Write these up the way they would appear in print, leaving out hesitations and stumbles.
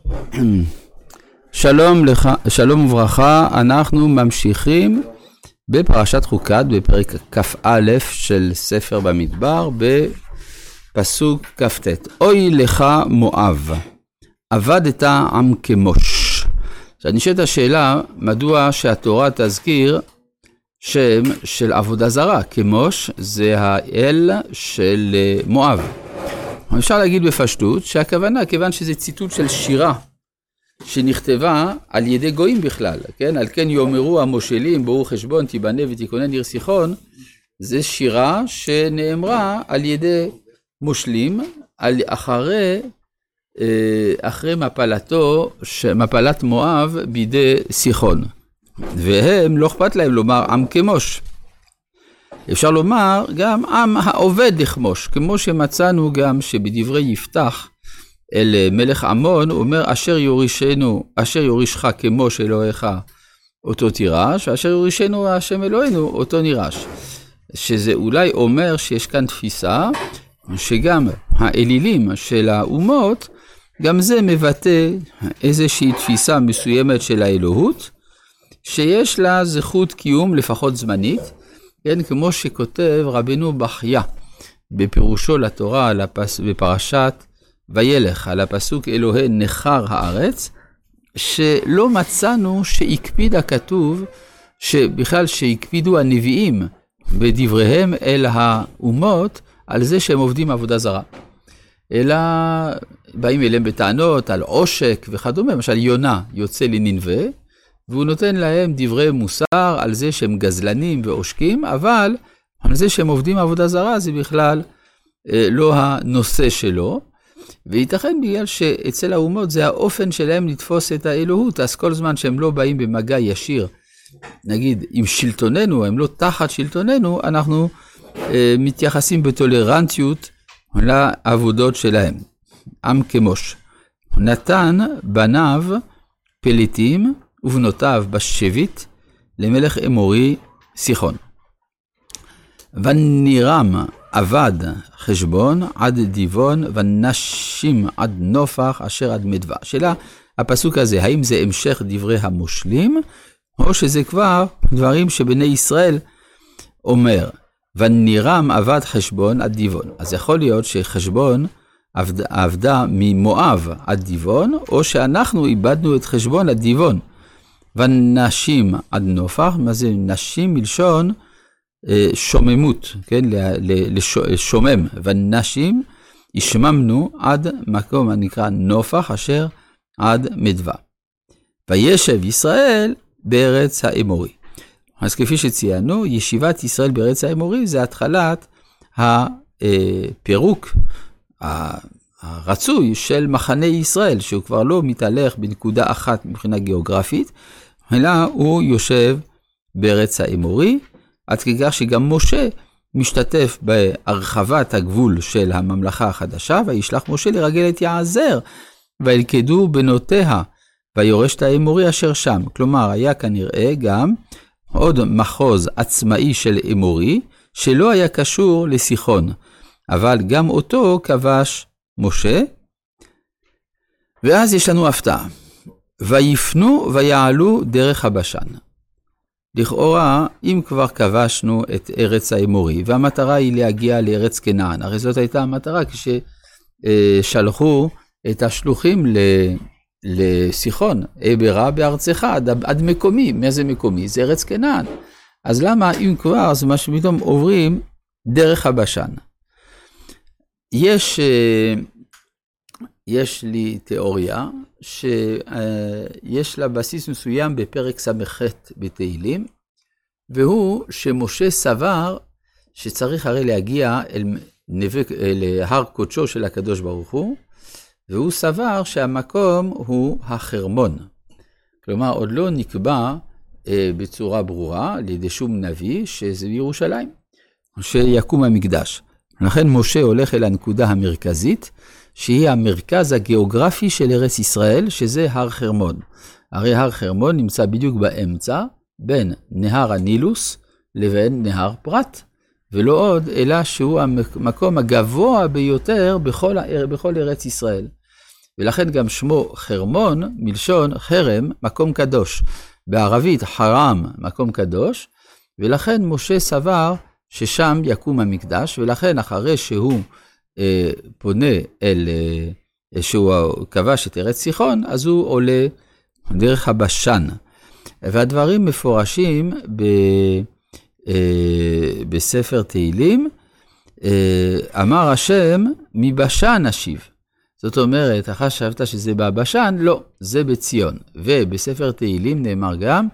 שלום וברכה, אנחנו ממשיכים בפרשת חוקת בפרק כ"א של ספר במדבר בפסוק כ"ט. אוי לך מואב, עבדת עם כמוש. אני שואל את השאלה, מדוע שהתורה תזכיר שם של עבודה זרה? כמוש זה האל של מואב. אפשר להגיד בפשטות שהכוונה, כיוון שזה ציטוט של שירה שנכתבה על ידי גויים בכלל, כן? על כן יאמרו המושלים, בואו חשבון, תיבנה ותיכונן עיר סיחון, זה שירה שנאמרה על ידי מושלים, אחרי מפלת מואב בידי סיחון. והם לא אכפת להם לומר עם כמוש. אפשר לומר גם עם העובד לכמוש, כמו שמצאנו גם שבדברי יפתח אל מלך עמון, הוא אומר אשר יורישך כמוש אלוהיך אותו תירש, ואשר יורישנו השם אלוהינו אותו נירש. שזה אולי אומר שיש כאן תפיסה שגם האלילים של האומות, גם זה מבטא איזושהי תפיסה מסוימת של האלוהות, שיש לה זכות קיום לפחות זמנית, כן, כמו שכותב רבנו בחיה בפירושו לתורה בפרשת וילך, על הפסוק אלוהי נחר הארץ, שלא מצאנו שהקפיד הכתוב, שבכלל שהקפידו הנביאים בדבריהם אל האומות, על זה שהם עובדים עבודה זרה. אלא באים אליהם בטענות על עושק וכדומה, למשל יונה יוצא לנינווה, והוא נותן להם דברי מוסר על זה שהם גזלנים ועושקים, אבל על זה שהם עובדים עבודה זרה זה בכלל לא הנושא שלו, וייתכן בגלל שאצל האומות זה האופן שלהם לתפוס את האלוהות, אז כל זמן שהם לא באים במגע ישיר, נגיד עם שלטוננו, הם לא תחת שלטוננו, אנחנו מתייחסים בטולרנטיות לעבודות שלהם. עם כמוש. נתן בניו פליטים ובנותיו בשבית למלך אמורי סיחון. ונירם עבד חשבון עד דיבון ונשים עד נופח אשר עד מדווה. שאלה, הפסוק הזה, האם זה המשך דברי המושלים, או שזה כבר דברים שבני ישראל אומר, ונירם עבד חשבון עד דיבון. אז יכול להיות שחשבון עבדה ממואב עד דיבון, או שאנחנו איבדנו את חשבון עד דיבון. ונשים עד נופח, מה זה נשים מלשון שוממות, כן? לשומם. ונשים ישממנו עד מקום הנקרא נופח אשר עד מדווה. וישב ישראל בארץ האמורי. אז כפי שציינו, ישיבת ישראל בארץ האמורי זה התחלת הפירוק הרצוי של מחנה ישראל, שהוא כבר לא מתהלך בנקודה אחת מבחינה גיאוגרפית, אלא הוא יושב בארץ האמורי, עד כך שגם משה משתתף בהרחבת הגבול של הממלכה החדשה, וישלח משה לרגל את יעזר, וילכדו בנותיה, ויורש את האמורי אשר שם. כלומר, היה כנראה גם עוד מחוז עצמאי של אמורי, שלא היה קשור לסיחון, אבל גם אותו כבש משה. ואז יש לנו הפתעה. ויפנו ויעלו דרך הבשן. לכאורה, אם כבר כבשנו את ארץ האמורי, והמטרה היא להגיע לארץ כנען, הרי זאת הייתה המטרה כששלחו את השלוחים לסיחון, אברה בארצך עד מקומי. מה זה מקומי? זה ארץ כנען. אז למה אם כבר, זה מה שפתאום עוברים דרך הבשן? יש לי תיאוריה שיש לה בסיס מסוים בפרק ס"ח בתהילים, והוא שמשה סבר שצריך הרי להגיע אל הר קודשו של הקדוש ברוך הוא, והוא סבר שהמקום הוא החרמון. כלומר, עוד לא נקבע בצורה ברורה לידי שום נביא שזה ירושלים, שיקום המקדש. לכן משה הולך אל הנקודה המרכזית, שהיא המרכז הגיאוגרפי של ארץ ישראל, שזה הר חרמון. הרי הר חרמון נמצא בדיוק באמצע, בין נהר הנילוס לבין נהר פרת, ולא עוד, אלא שהוא המקום הגבוה ביותר בכל ארץ ישראל. ולכן גם שמו חרמון, מלשון חרם, מקום קדוש. בערבית חרם, מקום קדוש, ולכן משה סבר ששם יקום המקדש, ולכן אחרי שהוא פונה שהוא כבש את ארץ סיחון, אז הוא עולה דרך הבשן. והדברים מפורשים בספר תהילים, אמר השם, מבשן אשיב. זאת אומרת, אחר חשבת שזה בבשן, לא, זה בציון. ובספר תהילים נאמר גם,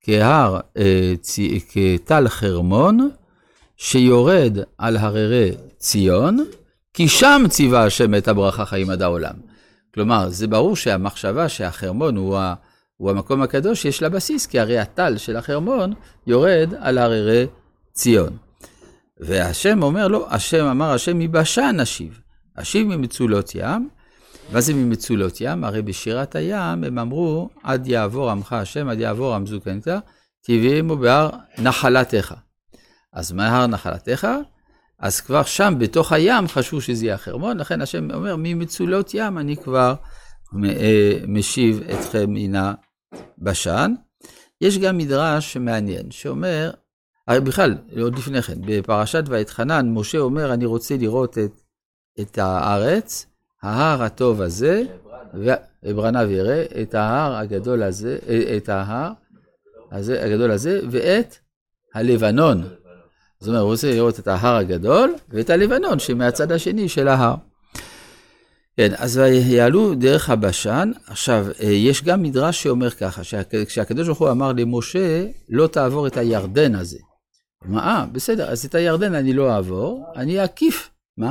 כתל חרמון, שיורד על הררי ציון, כי שם ציווה השם את הברכה חיים עד העולם. כלומר, זה ברור שהמחשבה שהחרמון הוא המקום הקדוש, יש לה בסיס, כי הרי הטל של החרמון יורד על הררי ציון. והשם אומר לו, אמר השם מבשן אשיב. אשיב ממצולות ים, וזה ממצולות ים, הרי בשירת הים הם אמרו, עד יעבור עמך השם, עד יעבור עמזו כנתה, תביאמו בהר נחלתך. אז מה הר נחלתך? אז כבר שם בתוך הים חשבו שזה יהיה החרמון, לכן השם אומר, ממצולות ים אני כבר משיב אתכם מן הבשן. יש גם מדרש מעניין שאומר, בכלל, עוד לפני כן, בפרשת ואתחנן, משה אומר, אני רוצה לראות את הארץ, ההר הטוב הזה, ועברנה ויראה, את ההר הגדול הזה, את ההר הגדול הזה, ואת הלבנון. זאת אומרת, הוא רוצה לראות את ההר הגדול, ואת הלבנון, שמהצד השני של ההר. כן, אז יעלו דרך הבשן. עכשיו, יש גם מדרש שאומר ככה, כשהקדוש ברוך הוא אמר למשה, לא תעבור את הירדן הזה. בסדר, אז את הירדן אני לא אעבור, אני אקיף. מה?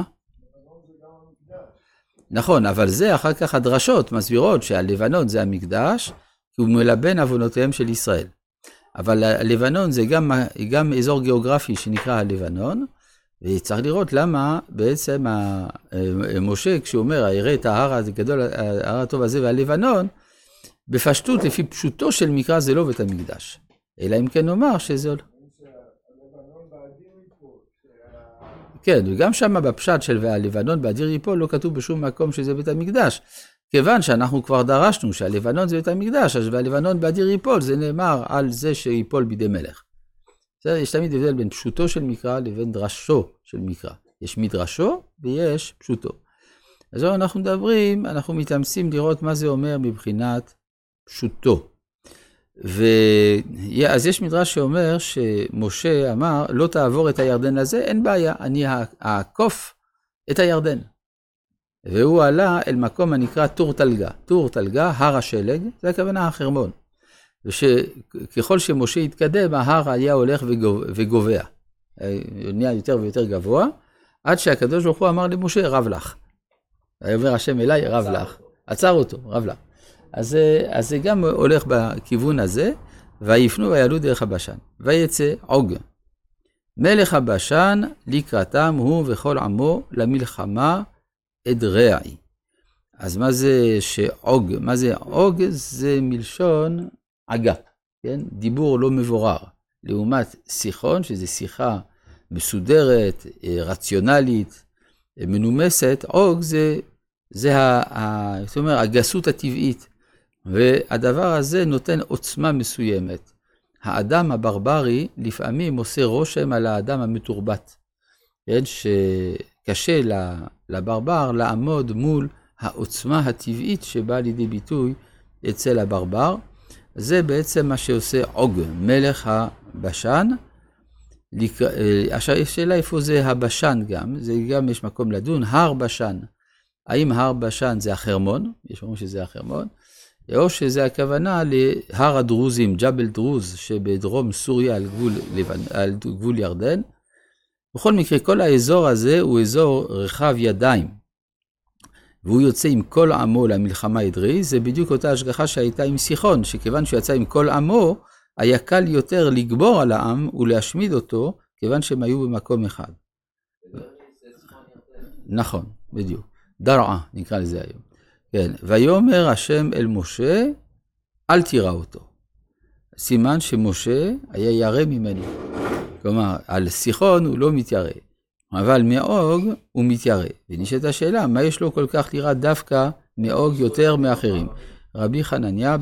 נכון, אבל זה אחר כך הדרשות מסבירות שהלבנון זה המקדש, כי הוא מלבן עוונותיהם של ישראל. אבל הלבנון זה גם אזור גיאוגרפי שנקרא הלבנון, וצריך לראות למה בעצם משה, כשהוא אומר, יראה את ההר הגדול, ההר הטוב הזה והלבנון, בפשטות, לפי פשוטו של מקרא, זה לא בית המקדש. אלא אם כן נאמר שזה... כן, וגם שם בפשט של הלבנון באדיר ייפול, לא כתוב בשום מקום שזה בית המקדש. כיוון שאנחנו כבר דרשנו שהלבנון זה בית המקדש, והלבנון באדיר ייפול, זה נאמר על זה שיפול בידי מלך. יש תמיד הבדל בין פשוטו של מקרא לבין דרשו של מקרא. יש מדרשו ויש פשוטו. אז אנחנו מדברים, אנחנו מתאמצים לראות מה זה אומר מבחינת פשוטו. אז יש מדרש שאומר שמשה אמר, לא תעבור את הירדן הזה, אין בעיה, אני אעקוף את הירדן. והוא עלה אל מקום הנקרא טור תלגה. טור תלגה, הר השלג, זה הכוונה החרמון. וככל שמשה התקדם, ההר היה הולך וגובע. נהיה יותר ויותר גבוה, עד שהקדוש ברוך הוא אמר למשה, רב לך. אומר השם אליי, רב לך. עצר אותו, רב לך. אז זה גם הולך בכיוון הזה, ויפנו ויעלו דרך הבשן. ויצא עוג. מלך הבשן לקראתם הוא וכל עמו למלחמה אדרעי. אז מה זה שעוג? מה זה עוג? זה מלשון עגה, כן? דיבור לא מבורר. לעומת שיחון, שזה שיחה מסודרת, רציונלית, מנומסת, עוג זה זאת אומרת, הגסות הטבעית. והדבר הזה נותן עוצמה מסוימת. האדם הברברי לפעמים עושה רושם על האדם המתורבת. כן? שקשה לברבר לעמוד מול העוצמה הטבעית שבאה לידי ביטוי אצל הברבר. זה בעצם מה שעושה עוג, מלך הבשן. עכשיו השאלה איפה זה הבשן גם, זה גם יש מקום לדון, הר בשן. האם הר בשן זה החרמון? יש אומרים שזה החרמון. או שזה הכוונה להר הדרוזים, ג'בל דרוז, שבדרום סוריה על גבול ירדן. בכל מקרה, כל האזור הזה הוא אזור רחב ידיים. והוא יוצא עם כל עמו למלחמה אדרעי, זה בדיוק אותה השגחה שהייתה עם שיחון, שכיוון שהוא יצא עם כל עמו, היה קל יותר לגבור על העם ולהשמיד אותו, כיוון שהם היו במקום אחד. נכון, בדיוק. דרעה, נקרא לזה היום. כן, ויאמר השם אל משה, אל תירא אותו. סימן שמשה היה ירא ממנו. כלומר, על שיחון הוא לא מתיירא. אבל מעוג הוא מתיירא. ונשאלת השאלה, מה יש לו כל כך ליראה דווקא נהוג יותר מאחרים. רבי חנניה